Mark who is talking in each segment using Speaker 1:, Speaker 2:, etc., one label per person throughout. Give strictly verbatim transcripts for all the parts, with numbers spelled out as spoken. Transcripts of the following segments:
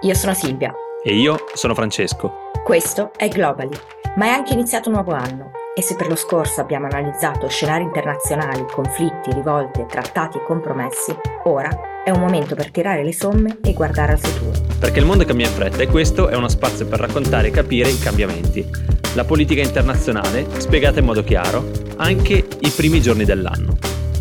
Speaker 1: io sono Silvia.
Speaker 2: E io sono Francesco.
Speaker 1: Questo è Globally, ma è anche iniziato un nuovo anno. E se per lo scorso abbiamo analizzato scenari internazionali, conflitti, rivolte, trattati e compromessi, ora è un momento per tirare le somme e guardare al futuro.
Speaker 2: Perché il mondo cambia in fretta e questo è uno spazio per raccontare e capire i cambiamenti. La politica internazionale spiegata in modo chiaro, anche i primi giorni dell'anno.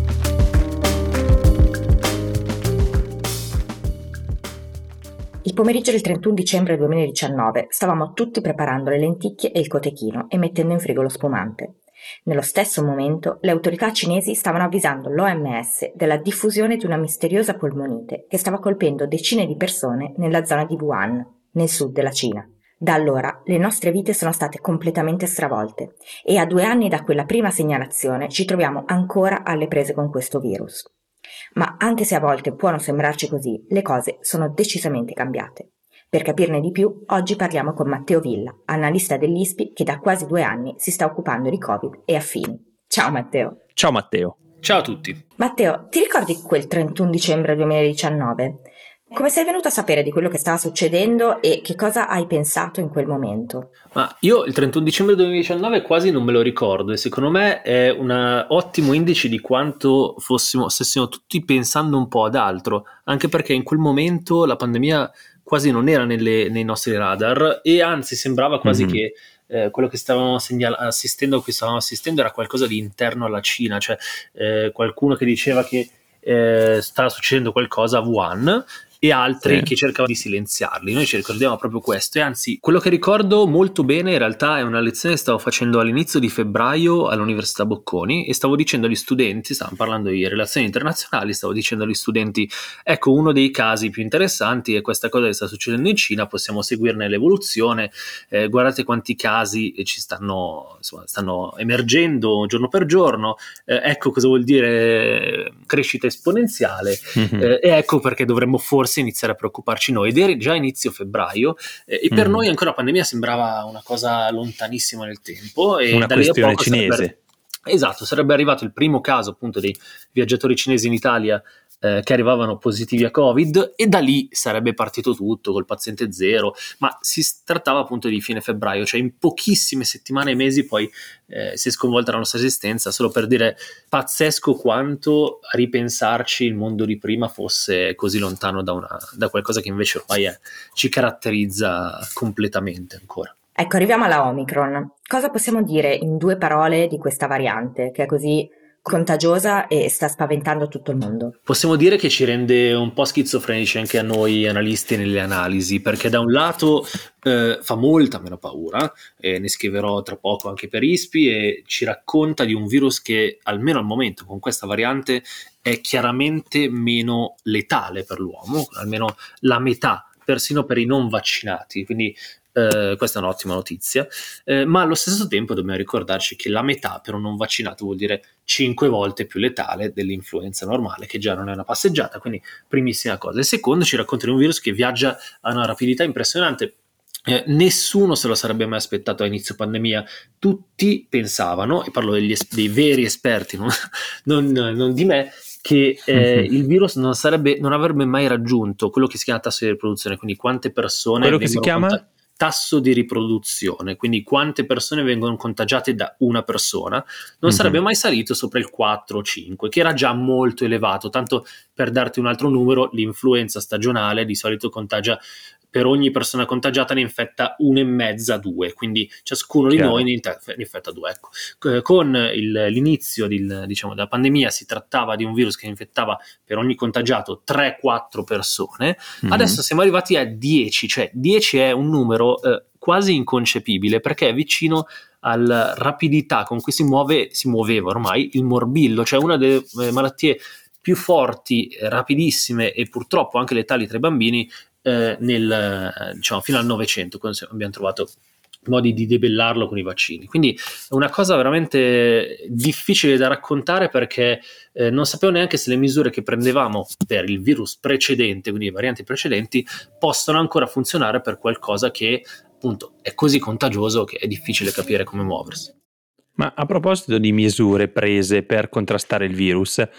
Speaker 1: Il pomeriggio del trentuno dicembre duemiladiciannove stavamo tutti preparando le lenticchie e il cotechino e mettendo in frigo lo spumante. Nello stesso momento le autorità cinesi stavano avvisando l'O M S della diffusione di una misteriosa polmonite che stava colpendo decine di persone nella zona di Wuhan, nel sud della Cina. Da allora le nostre vite sono state completamente stravolte e a due anni da quella prima segnalazione ci troviamo ancora alle prese con questo virus. Ma anche se a volte può non sembrarci così, le cose sono decisamente cambiate. Per capirne di più, oggi parliamo con Matteo Villa, analista dell'I S P I che da quasi due anni si sta occupando di Covid e affini. Ciao Matteo.
Speaker 2: Ciao Matteo.
Speaker 3: Ciao a tutti.
Speaker 1: Matteo, ti ricordi quel trentuno dicembre duemiladiciannove? Come sei venuto a sapere di quello che stava succedendo e che cosa hai pensato in quel momento?
Speaker 3: Ma io il trentuno dicembre duemiladiciannove quasi non me lo ricordo e secondo me è un ottimo indice di quanto fossimo, stessimo tutti pensando un po' ad altro, anche perché in quel momento la pandemia quasi non era nelle, nei nostri radar e anzi sembrava quasi mm-hmm. che eh, quello che stavamo segnal- assistendo, a cui stavamo assistendo era qualcosa di interno alla Cina, cioè eh, qualcuno che diceva che eh, stava succedendo qualcosa a Wuhan e altri sì. che cercavano di silenziarli. Noi ci ricordiamo proprio questo e anzi quello che ricordo molto bene in realtà è una lezione che stavo facendo all'inizio di febbraio all'Università Bocconi e stavo dicendo agli studenti, stavamo parlando di relazioni internazionali, stavo dicendo agli studenti ecco uno dei casi più interessanti è questa cosa che sta succedendo in Cina, possiamo seguirne l'evoluzione, eh, guardate quanti casi ci stanno, insomma, stanno emergendo giorno per giorno, eh, ecco cosa vuol dire crescita esponenziale mm-hmm. eh, e ecco perché dovremmo forse iniziare a preoccuparci noi ed era già inizio febbraio eh, e per mm. noi ancora la pandemia sembrava una cosa lontanissima nel tempo e
Speaker 2: una
Speaker 3: da lì
Speaker 2: questione
Speaker 3: a poco
Speaker 2: cinese
Speaker 3: sarebbe, esatto, sarebbe arrivato il primo caso appunto dei viaggiatori cinesi in Italia eh, che arrivavano positivi a Covid e da lì sarebbe partito tutto col paziente zero, ma si trattava appunto di fine febbraio, cioè in pochissime settimane e mesi poi eh, si è sconvolta la nostra esistenza, solo per dire pazzesco quanto a ripensarci il mondo di prima fosse così lontano da, una, da qualcosa che invece ormai è, ci caratterizza completamente ancora.
Speaker 1: Ecco, arriviamo alla Omicron. Cosa possiamo dire in due parole di questa variante che è così contagiosa e sta spaventando tutto il mondo?
Speaker 3: Possiamo dire che ci rende un po' schizofrenici anche a noi analisti nelle analisi, perché da un lato eh, fa molta meno paura, e ne scriverò tra poco anche per I S P I, e ci racconta di un virus che almeno al momento con questa variante è chiaramente meno letale per l'uomo, almeno la metà, persino per i non vaccinati, quindi Uh, questa è un'ottima notizia, uh, ma allo stesso tempo dobbiamo ricordarci che la metà per un non vaccinato vuol dire cinque volte più letale dell'influenza normale, che già non è una passeggiata, quindi primissima cosa. E secondo, ci racconta di un virus che viaggia a una rapidità impressionante. Eh, nessuno se lo sarebbe mai aspettato a inizio pandemia, tutti pensavano, e parlo degli es- dei veri esperti, non, non, non di me, che eh, mm-hmm. il virus non sarebbe, non avrebbe mai raggiunto quello che si chiama tasso di riproduzione, quindi quante persone
Speaker 2: quello che si chiama
Speaker 3: contag- tasso di riproduzione, quindi quante persone vengono contagiate da una persona, non mm-hmm. sarebbe mai salito sopra il quattro o cinque, che era già molto elevato. Tanto per darti un altro numero, l'influenza stagionale di solito contagia, per ogni persona contagiata ne infetta una e mezza, due, quindi ciascuno Chiaro. di noi ne, inf- ne infetta due. Ecco. Con il, l'inizio del, diciamo, della pandemia si trattava di un virus che infettava per ogni contagiato tre quattro persone, mm-hmm. adesso siamo arrivati a dieci, cioè dieci è un numero eh, quasi inconcepibile perché è vicino alla rapidità con cui si muove, si muoveva ormai il morbillo, cioè una delle eh, malattie più forti, eh, rapidissime e purtroppo anche letali tra i bambini eh, nel, diciamo, fino al Novecento, quando abbiamo trovato modi di debellarlo con i vaccini. Quindi è una cosa veramente difficile da raccontare perché eh, non sapevo neanche se le misure che prendevamo per il virus precedente, quindi le varianti precedenti, possono ancora funzionare per qualcosa che appunto è così contagioso che è difficile capire come muoversi.
Speaker 2: Ma a proposito di misure prese per contrastare il virus,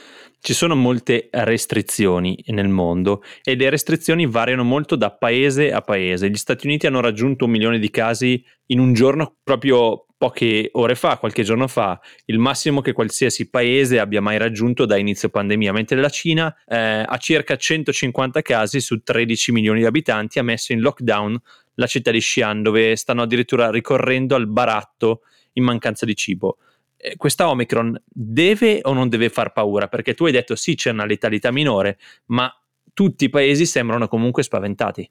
Speaker 2: Ci sono molte restrizioni nel mondo e le restrizioni variano molto da paese a paese. Gli Stati Uniti hanno raggiunto un milione di casi in un giorno proprio poche ore fa, qualche giorno fa, il massimo che qualsiasi paese abbia mai raggiunto da inizio pandemia, mentre la Cina eh, ha circa centocinquanta casi su tredici milioni di abitanti, ha messo in lockdown la città di Xi'an, dove stanno addirittura ricorrendo al baratto in mancanza di cibo. Questa Omicron deve o non deve far paura? Perché tu hai detto sì, c'è una letalità minore, ma tutti i paesi sembrano comunque spaventati.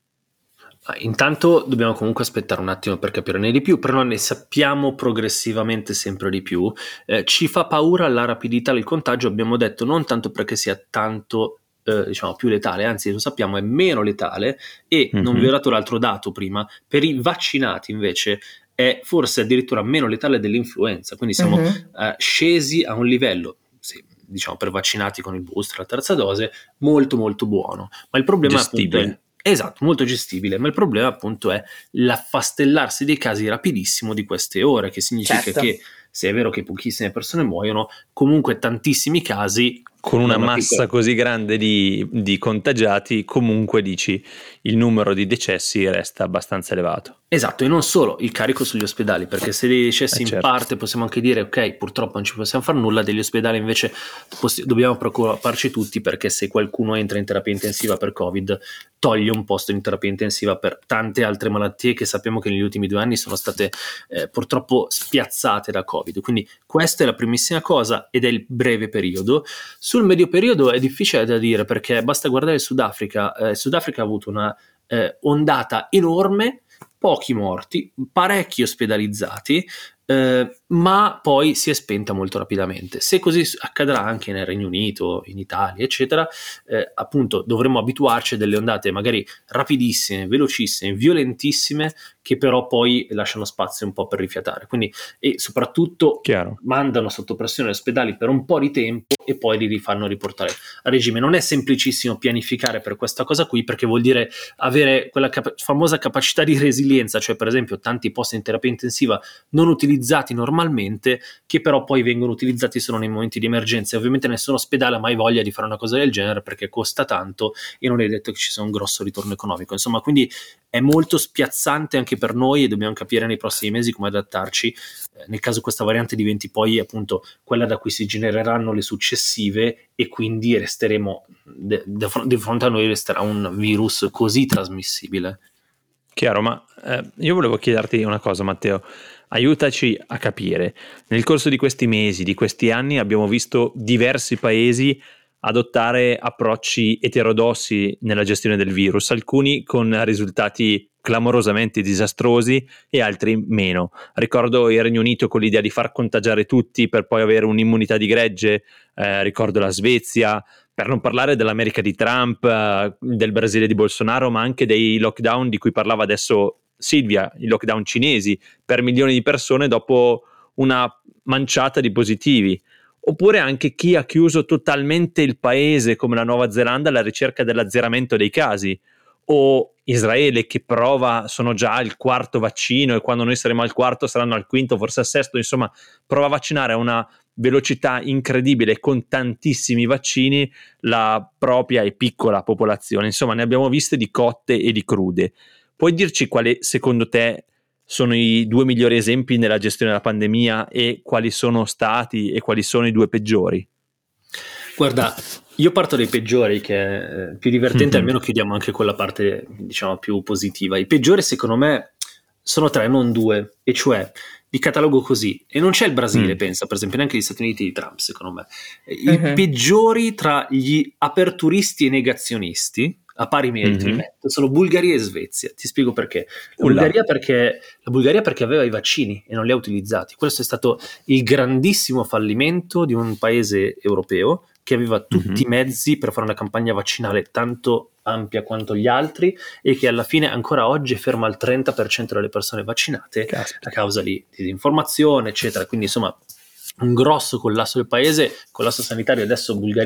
Speaker 3: Intanto dobbiamo comunque aspettare un attimo per capirne di più, però ne sappiamo progressivamente sempre di più. Eh, ci fa paura la rapidità del contagio, abbiamo detto, non tanto perché sia tanto eh, diciamo più letale, anzi lo sappiamo è meno letale, e mm-hmm. non vi ho dato l'altro dato prima, per i vaccinati invece è forse addirittura meno letale dell'influenza, quindi siamo uh-huh. eh, scesi a un livello, sì, diciamo per vaccinati con il booster, la terza dose, molto molto buono, ma il problema
Speaker 2: gestibile.
Speaker 3: appunto è, esatto, molto gestibile, ma il problema appunto è l'affastellarsi dei casi rapidissimo di queste ore, che significa certo. che se è vero che pochissime persone muoiono, comunque tantissimi casi
Speaker 2: con una massa piccola... così grande di, di contagiati, comunque dici il numero di decessi resta abbastanza elevato.
Speaker 3: Esatto, e non solo il carico sugli ospedali, perché se dei decessi
Speaker 2: eh
Speaker 3: in
Speaker 2: certo.
Speaker 3: parte possiamo anche dire ok, purtroppo non ci possiamo fare nulla, degli ospedali invece poss- dobbiamo preoccuparci tutti, perché se qualcuno entra in terapia intensiva per Covid toglie un posto in terapia intensiva per tante altre malattie che sappiamo che negli ultimi due anni sono state eh, purtroppo spiazzate da Covid. Quindi questa è la primissima cosa ed è il breve periodo. Sul medio periodo è difficile da dire, perché basta guardare il Sudafrica. Eh, il Sudafrica ha avuto una eh, ondata enorme, pochi morti, parecchi ospedalizzati, eh, ma poi si è spenta molto rapidamente. Se così accadrà anche nel Regno Unito, in Italia, eccetera, eh, appunto dovremmo abituarci a delle ondate magari rapidissime, velocissime, violentissime, che però poi lasciano spazio un po' per rifiatare. Quindi, e soprattutto
Speaker 2: Chiaro.
Speaker 3: mandano sotto pressione gli ospedali per un po' di tempo e poi li rifanno riportare a regime. Non è semplicissimo pianificare per questa cosa qui, perché vuol dire avere quella cap- famosa capacità di resilienza, cioè per esempio tanti posti in terapia intensiva non utilizzati normalmente, che però poi vengono utilizzati solo nei momenti di emergenza. Ovviamente nessun ospedale ha mai voglia di fare una cosa del genere, perché costa tanto e non è detto che ci sia un grosso ritorno economico. Insomma, quindi è molto spiazzante anche per noi e dobbiamo capire nei prossimi mesi come adattarci eh, nel caso questa variante diventi poi appunto quella da cui si genereranno le successive, e quindi resteremo de- de- di fronte a noi resterà un virus così trasmissibile.
Speaker 2: Chiaro, ma eh, io volevo chiederti una cosa, Matteo, aiutaci a capire. Nel corso di questi mesi, di questi anni, abbiamo visto diversi paesi adottare approcci eterodossi nella gestione del virus, alcuni con risultati clamorosamente disastrosi e altri meno. Ricordo il Regno Unito con l'idea di far contagiare tutti per poi avere un'immunità di gregge, eh, ricordo la Svezia, per non parlare dell'America di Trump, eh, del Brasile di Bolsonaro, ma anche dei lockdown di cui parlava adesso Silvia, i lockdown cinesi per milioni di persone dopo una manciata di positivi. Oppure anche chi ha chiuso totalmente il paese, come la Nuova Zelanda, alla ricerca dell'azzeramento dei casi, o Israele che prova, sono già al quarto vaccino e quando noi saremo al quarto saranno al quinto, forse al sesto, insomma prova a vaccinare a una velocità incredibile con tantissimi vaccini la propria e piccola popolazione. Insomma, ne abbiamo viste di cotte e di crude. Puoi dirci quale secondo te sono i due migliori esempi nella gestione della pandemia e quali sono stati e quali sono i due peggiori?
Speaker 3: Guarda, io parto dai peggiori, che è più divertente, mm-hmm. almeno chiudiamo anche quella parte, diciamo, più positiva. I peggiori secondo me sono tre, non due, e cioè di catalogo così, e non c'è il Brasile, mm. pensa, per esempio, neanche gli Stati Uniti di Trump, secondo me. I mm-hmm. peggiori tra gli aperturisti e negazionisti, a pari meriti, mm-hmm. sono Bulgaria e Svezia. Ti spiego perché. La Bulgaria perché. La Bulgaria perché aveva i vaccini e non li ha utilizzati. Questo è stato il grandissimo fallimento di un paese europeo che aveva tutti mm-hmm. i mezzi per fare una campagna vaccinale tanto ampia quanto gli altri, e che alla fine ancora oggi è ferma al trenta per cento delle persone vaccinate. Caspita. A causa di disinformazione, eccetera. Quindi insomma un grosso collasso del paese, collasso sanitario. Adesso Bulgaria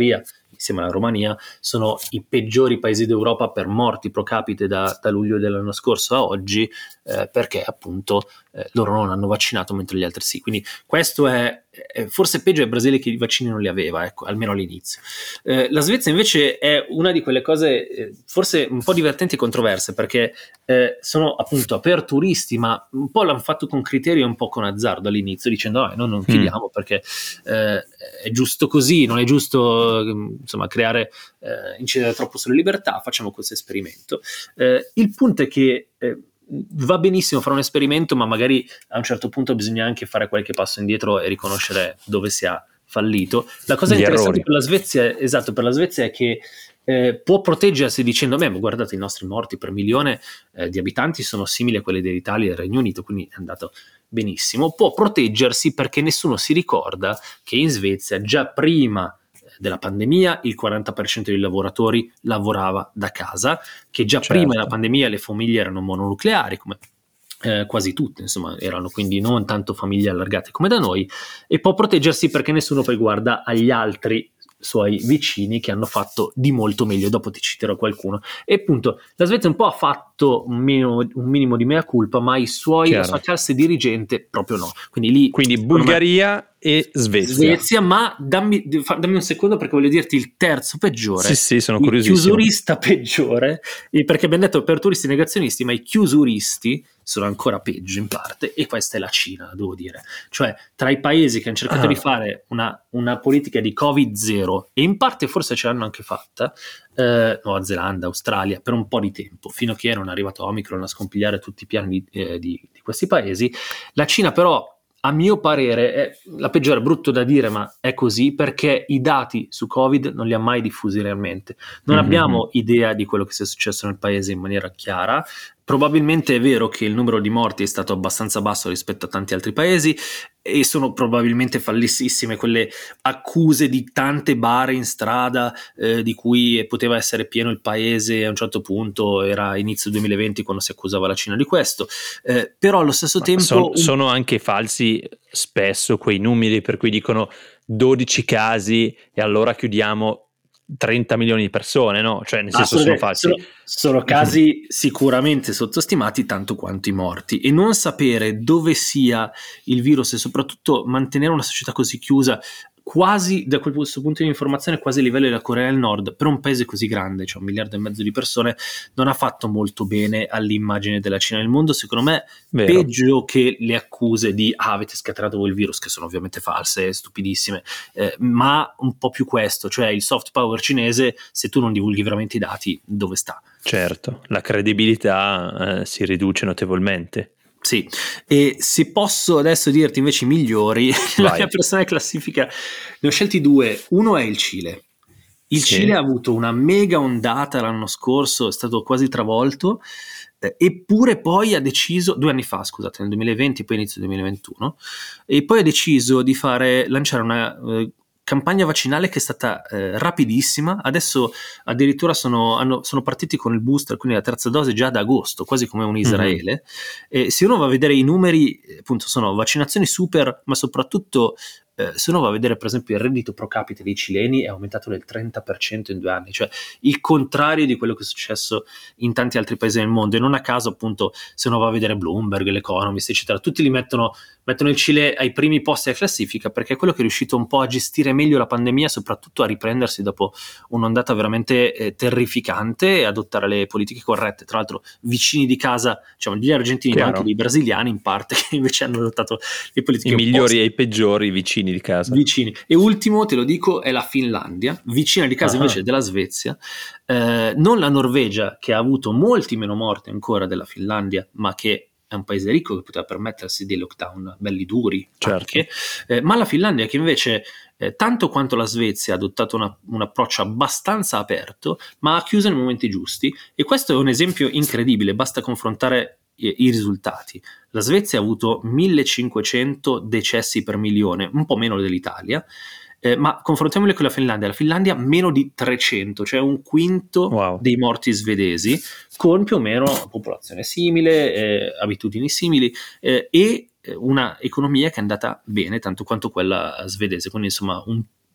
Speaker 3: insieme alla Romania, sono i peggiori paesi d'Europa per morti pro capite da, da luglio dell'anno scorso a oggi, eh, perché appunto eh, loro non hanno vaccinato mentre gli altri sì. Quindi questo è, è forse peggio del Brasile, che i vaccini non li aveva, ecco, almeno all'inizio. Eh, la Svezia invece è una di quelle cose eh, forse un po' divertenti e controverse, perché eh, sono appunto aperturisti, ma un po' l'hanno fatto con criteri e un po' con azzardo all'inizio, dicendo no, noi non chiudiamo mm. perché eh, è giusto così, non è giusto insomma creare eh, incidere troppo sulle libertà, facciamo questo esperimento. Eh, il punto è che eh, va benissimo fare un esperimento, ma magari a un certo punto bisogna anche fare qualche passo indietro e riconoscere dove si è fallito. La cosa
Speaker 2: Gli
Speaker 3: interessante
Speaker 2: errori.
Speaker 3: per la Svezia, esatto, per la Svezia è che eh, può proteggersi dicendo, beh, guardate, i nostri morti per milione eh, di abitanti sono simili a quelli dell'Italia e del Regno Unito, quindi è andato benissimo. Può proteggersi perché nessuno si ricorda che in Svezia già prima della pandemia il quaranta per cento dei lavoratori lavorava da casa, che già certo. prima della pandemia le famiglie erano mononucleari, come eh, quasi tutte, insomma, erano quindi non tanto famiglie allargate come da noi, e può proteggersi perché nessuno poi guarda agli altri suoi vicini che hanno fatto di molto meglio. Dopo ti citerò qualcuno. E appunto la Svezia un po' ha fatto un minimo, un minimo di mea culpa, ma i suoi, la sua classe dirigente proprio no. Quindi lì
Speaker 2: quindi Bulgaria me, e Svezia.
Speaker 3: Svezia, ma dammi, dammi un secondo perché voglio dirti il terzo peggiore.
Speaker 2: Sì, sì, sono
Speaker 3: il
Speaker 2: curiosissimo.
Speaker 3: Chiusurista peggiore, perché abbiamo detto per turisti negazionisti, ma i chiusuristi sono ancora peggio in parte, e questa è la Cina, devo dire. Cioè, tra i paesi che hanno cercato ah. di fare una, una politica di Covid zero, e in parte forse ce l'hanno anche fatta, eh, Nuova Zelanda, Australia, per un po' di tempo, fino a che non è arrivato Omicron a scompigliare tutti i piani eh, di, di questi paesi, la Cina però, a mio parere, è la peggiore, brutto da dire, ma è così, perché i dati su Covid non li ha mai diffusi realmente. Non mm-hmm. abbiamo idea di quello che sia successo nel paese in maniera chiara. Probabilmente è vero che il numero di morti è stato abbastanza basso rispetto a tanti altri paesi, e sono probabilmente fallississime quelle accuse di tante bare in strada eh, di cui poteva essere pieno il paese a un certo punto, era inizio duemilaventi quando si accusava la Cina di questo, eh, però allo stesso Ma tempo
Speaker 2: sono, sono anche falsi spesso quei numeri per cui dicono dodici casi e allora chiudiamo trenta milioni di persone, no? Cioè, nel senso, sono falsi.
Speaker 3: Sono, sono casi sicuramente sottostimati tanto quanto i morti, e non sapere dove sia il virus e soprattutto mantenere una società così chiusa, quasi da questo punto di informazione quasi a livello della Corea del Nord, per un paese così grande, cioè un miliardo e mezzo di persone, non ha fatto molto bene all'immagine della Cina nel mondo, secondo me. Vero. Peggio che le accuse di ah, avete scatenato voi il virus, che sono ovviamente false, stupidissime, eh, ma un po' più questo, cioè il soft power cinese, se tu non divulghi veramente i dati, dove sta?
Speaker 2: Certo, la credibilità eh, si riduce notevolmente.
Speaker 3: Sì, e se posso adesso dirti invece i migliori, Vai. La mia personale classifica, ne ho scelti due. Uno è il Cile. Il sì. Cile ha avuto una mega ondata l'anno scorso, è stato quasi travolto, eh, eppure poi ha deciso, due anni fa scusate, nel duemilaventi, poi inizio duemilaventuno, e poi ha deciso di fare, lanciare una eh, campagna vaccinale che è stata eh, rapidissima. Adesso addirittura sono, hanno, sono partiti con il booster, quindi la terza dose già da agosto, quasi come un Israele. Mm-hmm. E se uno va a vedere i numeri, appunto, sono vaccinazioni super, ma soprattutto eh, se uno va a vedere per esempio il reddito pro capite dei cileni è aumentato del trenta per cento in due anni, cioè il contrario di quello che è successo in tanti altri paesi del mondo. E non a caso, appunto, se uno va a vedere Bloomberg, l'Economist, eccetera, tutti li mettono, mettono il Cile ai primi posti della classifica, perché è quello che è riuscito un po' a gestire meglio la pandemia, soprattutto a riprendersi dopo un'ondata veramente eh, terrificante, e adottare le politiche corrette. Tra l'altro vicini di casa, diciamo, gli argentini, ma anche dei brasiliani in parte, che invece hanno adottato le politiche
Speaker 2: i
Speaker 3: opposte.
Speaker 2: Migliori e i peggiori vicini di casa.
Speaker 3: Vicini. E ultimo, te lo dico, è la Finlandia, vicina di casa uh-huh. invece della Svezia, eh, non la Norvegia, che ha avuto molti meno morti ancora della Finlandia, ma che è un paese ricco che poteva permettersi dei lockdown belli duri, certo. anche, eh, ma la Finlandia, che invece eh, tanto quanto la Svezia ha adottato una, un approccio abbastanza aperto, ma ha chiuso nei momenti giusti. E questo è un esempio incredibile, basta confrontare i, i risultati. La Svezia ha avuto millecinquecento decessi per milione, un po' meno dell'Italia, eh, ma confrontiamoli con la Finlandia. La Finlandia meno di trecento, cioè un quinto wow. dei morti svedesi, con più o meno popolazione simile, eh, abitudini simili, eh, e una economia che è andata bene tanto quanto quella svedese, quindi insomma un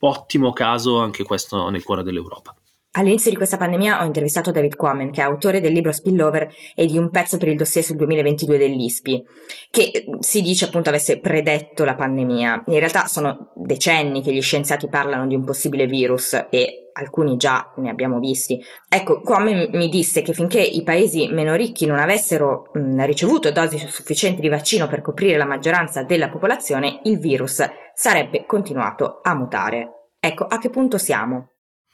Speaker 3: ottimo caso anche questo nel cuore dell'Europa.
Speaker 1: All'inizio di questa pandemia ho intervistato David Quammen, che è autore del libro Spillover e di un pezzo per il dossier sul duemilaventidue dell'I S P I, che si dice appunto avesse predetto la pandemia. In realtà sono decenni che gli scienziati parlano di un possibile virus e alcuni già ne abbiamo visti. Ecco, Quammen mi disse che finché i paesi meno ricchi non avessero mh, ricevuto dosi sufficienti di vaccino per coprire la maggioranza della popolazione, il virus sarebbe continuato a mutare. Ecco, a che punto siamo?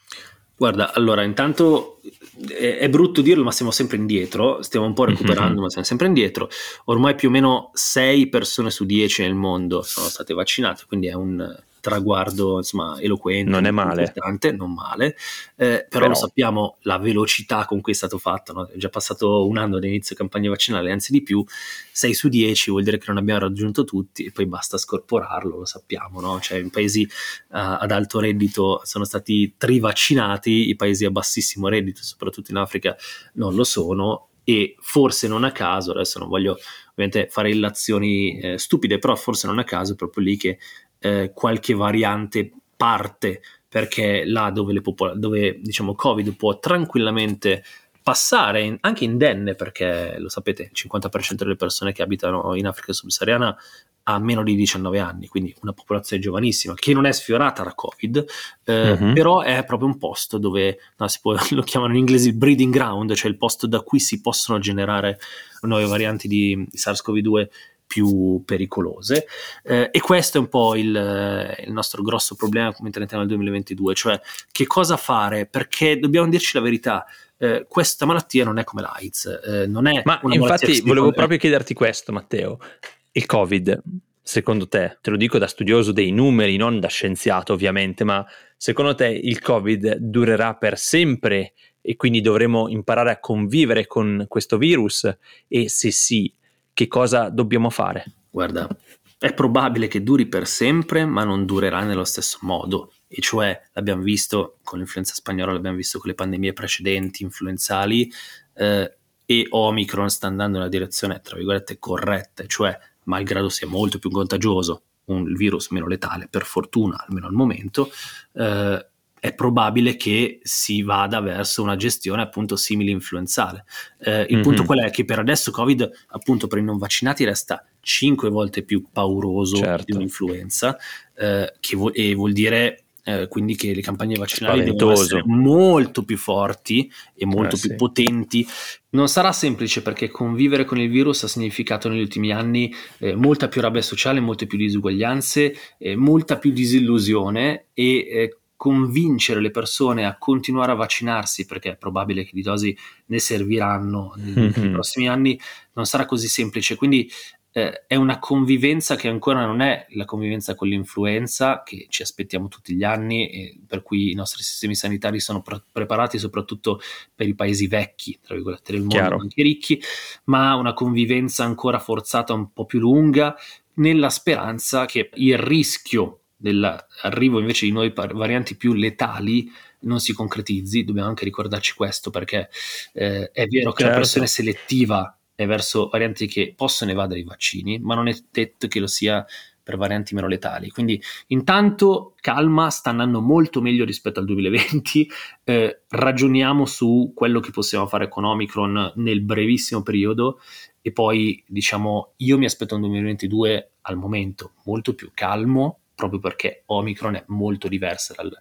Speaker 3: Guarda, allora intanto è, è brutto dirlo, ma siamo sempre indietro, stiamo un po' recuperando, mm-hmm. ma siamo sempre indietro. Ormai più o meno sei persone su dieci nel mondo sono state vaccinate, quindi è un traguardo insomma eloquente,
Speaker 2: non è male,
Speaker 3: importante, non male, eh, però, però lo sappiamo la velocità con cui è stato fatto, no? È già passato un anno dall'inizio campagna vaccinale, anzi di più, sei su dieci vuol dire che non abbiamo raggiunto tutti e poi basta scorporarlo, lo sappiamo, no? Cioè in paesi uh, ad alto reddito sono stati trivaccinati, i paesi a bassissimo reddito, soprattutto in Africa, non lo sono. E forse non a caso, adesso non voglio ovviamente fare illazioni eh, stupide, però forse non a caso è proprio lì che eh, qualche variante parte, perché là dove, le popol- dove diciamo Covid può tranquillamente passare in, anche indenne, perché lo sapete, il cinquanta per cento delle persone che abitano in Africa subsahariana ha meno di diciannove anni, quindi una popolazione giovanissima che non è sfiorata da Covid, eh, uh-huh. però è proprio un posto dove no, si può, lo chiamano in inglese il breeding ground, cioè il posto da cui si possono generare nuove varianti di SARS-CoV due più pericolose, eh, e questo è un po' il, il nostro grosso problema come entriamo nel duemilaventidue, cioè che cosa fare, perché dobbiamo dirci la verità. Eh, questa malattia non è come l'AIDS, eh, non è
Speaker 2: ma
Speaker 3: una
Speaker 2: infatti volevo con... proprio chiederti questo, Matteo. Il Covid, secondo te, te lo dico da studioso dei numeri, non da scienziato ovviamente, ma secondo te il Covid durerà per sempre e quindi dovremo imparare a convivere con questo virus? E se sì, che cosa dobbiamo fare?
Speaker 3: Guarda, è probabile che duri per sempre, ma non durerà nello stesso modo. E cioè, l'abbiamo visto con l'influenza spagnola, l'abbiamo visto con le pandemie precedenti influenzali, eh, e Omicron sta andando nella direzione, tra virgolette, corretta, cioè, malgrado sia molto più contagioso, un virus meno letale, per fortuna, almeno al momento, eh, è probabile che si vada verso una gestione appunto simile influenzale. Eh, il mm-hmm. punto qual è? Che per adesso Covid, appunto per i non vaccinati, resta cinque volte più pauroso certo. di un'influenza, eh, che vo- e vuol dire eh, quindi che le campagne vaccinali
Speaker 2: Spaventoso.
Speaker 3: devono essere molto più forti e molto
Speaker 2: eh,
Speaker 3: più
Speaker 2: sì.
Speaker 3: potenti. Non sarà semplice, perché convivere con il virus ha significato negli ultimi anni eh, molta più rabbia sociale, molte più disuguaglianze, eh, molta più disillusione e eh, convincere le persone a continuare a vaccinarsi, perché è probabile che di dosi ne serviranno nei, mm-hmm. nei prossimi anni, non sarà così semplice. Quindi eh, è una convivenza che ancora non è la convivenza con l'influenza che ci aspettiamo tutti gli anni, e per cui i nostri sistemi sanitari sono pre- preparati soprattutto per i paesi vecchi, tra virgolette, del mondo,
Speaker 2: Chiaro.
Speaker 3: anche ricchi, ma una convivenza ancora forzata, un po' più lunga, nella speranza che il rischio dell'arrivo invece di nuove varianti più letali non si concretizzi. Dobbiamo anche ricordarci questo, perché eh, è vero che certo. la pressione selettiva è verso varianti che possono evadere i vaccini, ma non è detto che lo sia per varianti meno letali. Quindi intanto calma, sta andando molto meglio rispetto al duemilaventi, eh, ragioniamo su quello che possiamo fare con Omicron nel brevissimo periodo, e poi diciamo io mi aspetto un duemilaventidue al momento molto più calmo, proprio perché Omicron è molto diversa dal,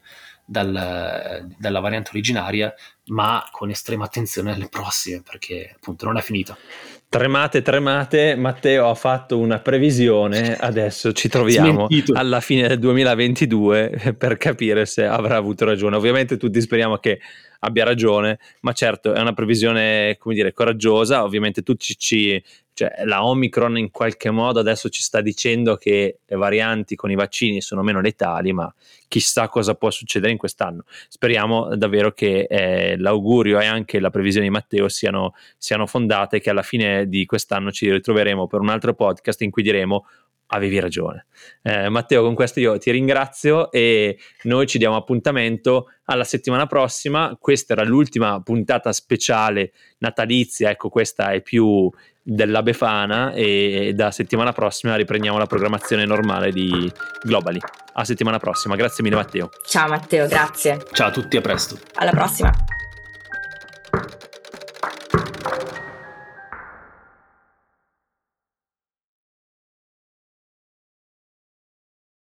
Speaker 3: dal, dalla variante originaria, ma con estrema attenzione alle prossime, perché appunto non è finito.
Speaker 2: Tremate, tremate, Matteo ha fatto una previsione, adesso ci troviamo
Speaker 3: Smentito.
Speaker 2: alla fine del duemilaventidue per capire se avrà avuto ragione. Ovviamente tutti speriamo che abbia ragione, ma certo è una previsione, come dire, coraggiosa. Ovviamente tutti ci, cioè la Omicron in qualche modo adesso ci sta dicendo che le varianti con i vaccini sono meno letali, ma chissà cosa può succedere in quest'anno. Speriamo davvero che eh, l'augurio e anche la previsione di Matteo siano, siano fondate, che alla fine di quest'anno ci ritroveremo per un altro podcast in cui diremo avevi ragione. Eh, Matteo, con questo io ti ringrazio e noi ci diamo appuntamento alla settimana prossima. Questa era l'ultima puntata speciale natalizia, ecco, questa è più della Befana e da settimana prossima riprendiamo la programmazione normale di Globally. A settimana prossima, grazie mille Matteo.
Speaker 1: Ciao Matteo, grazie.
Speaker 3: Ciao a tutti, a presto.
Speaker 1: Alla prossima.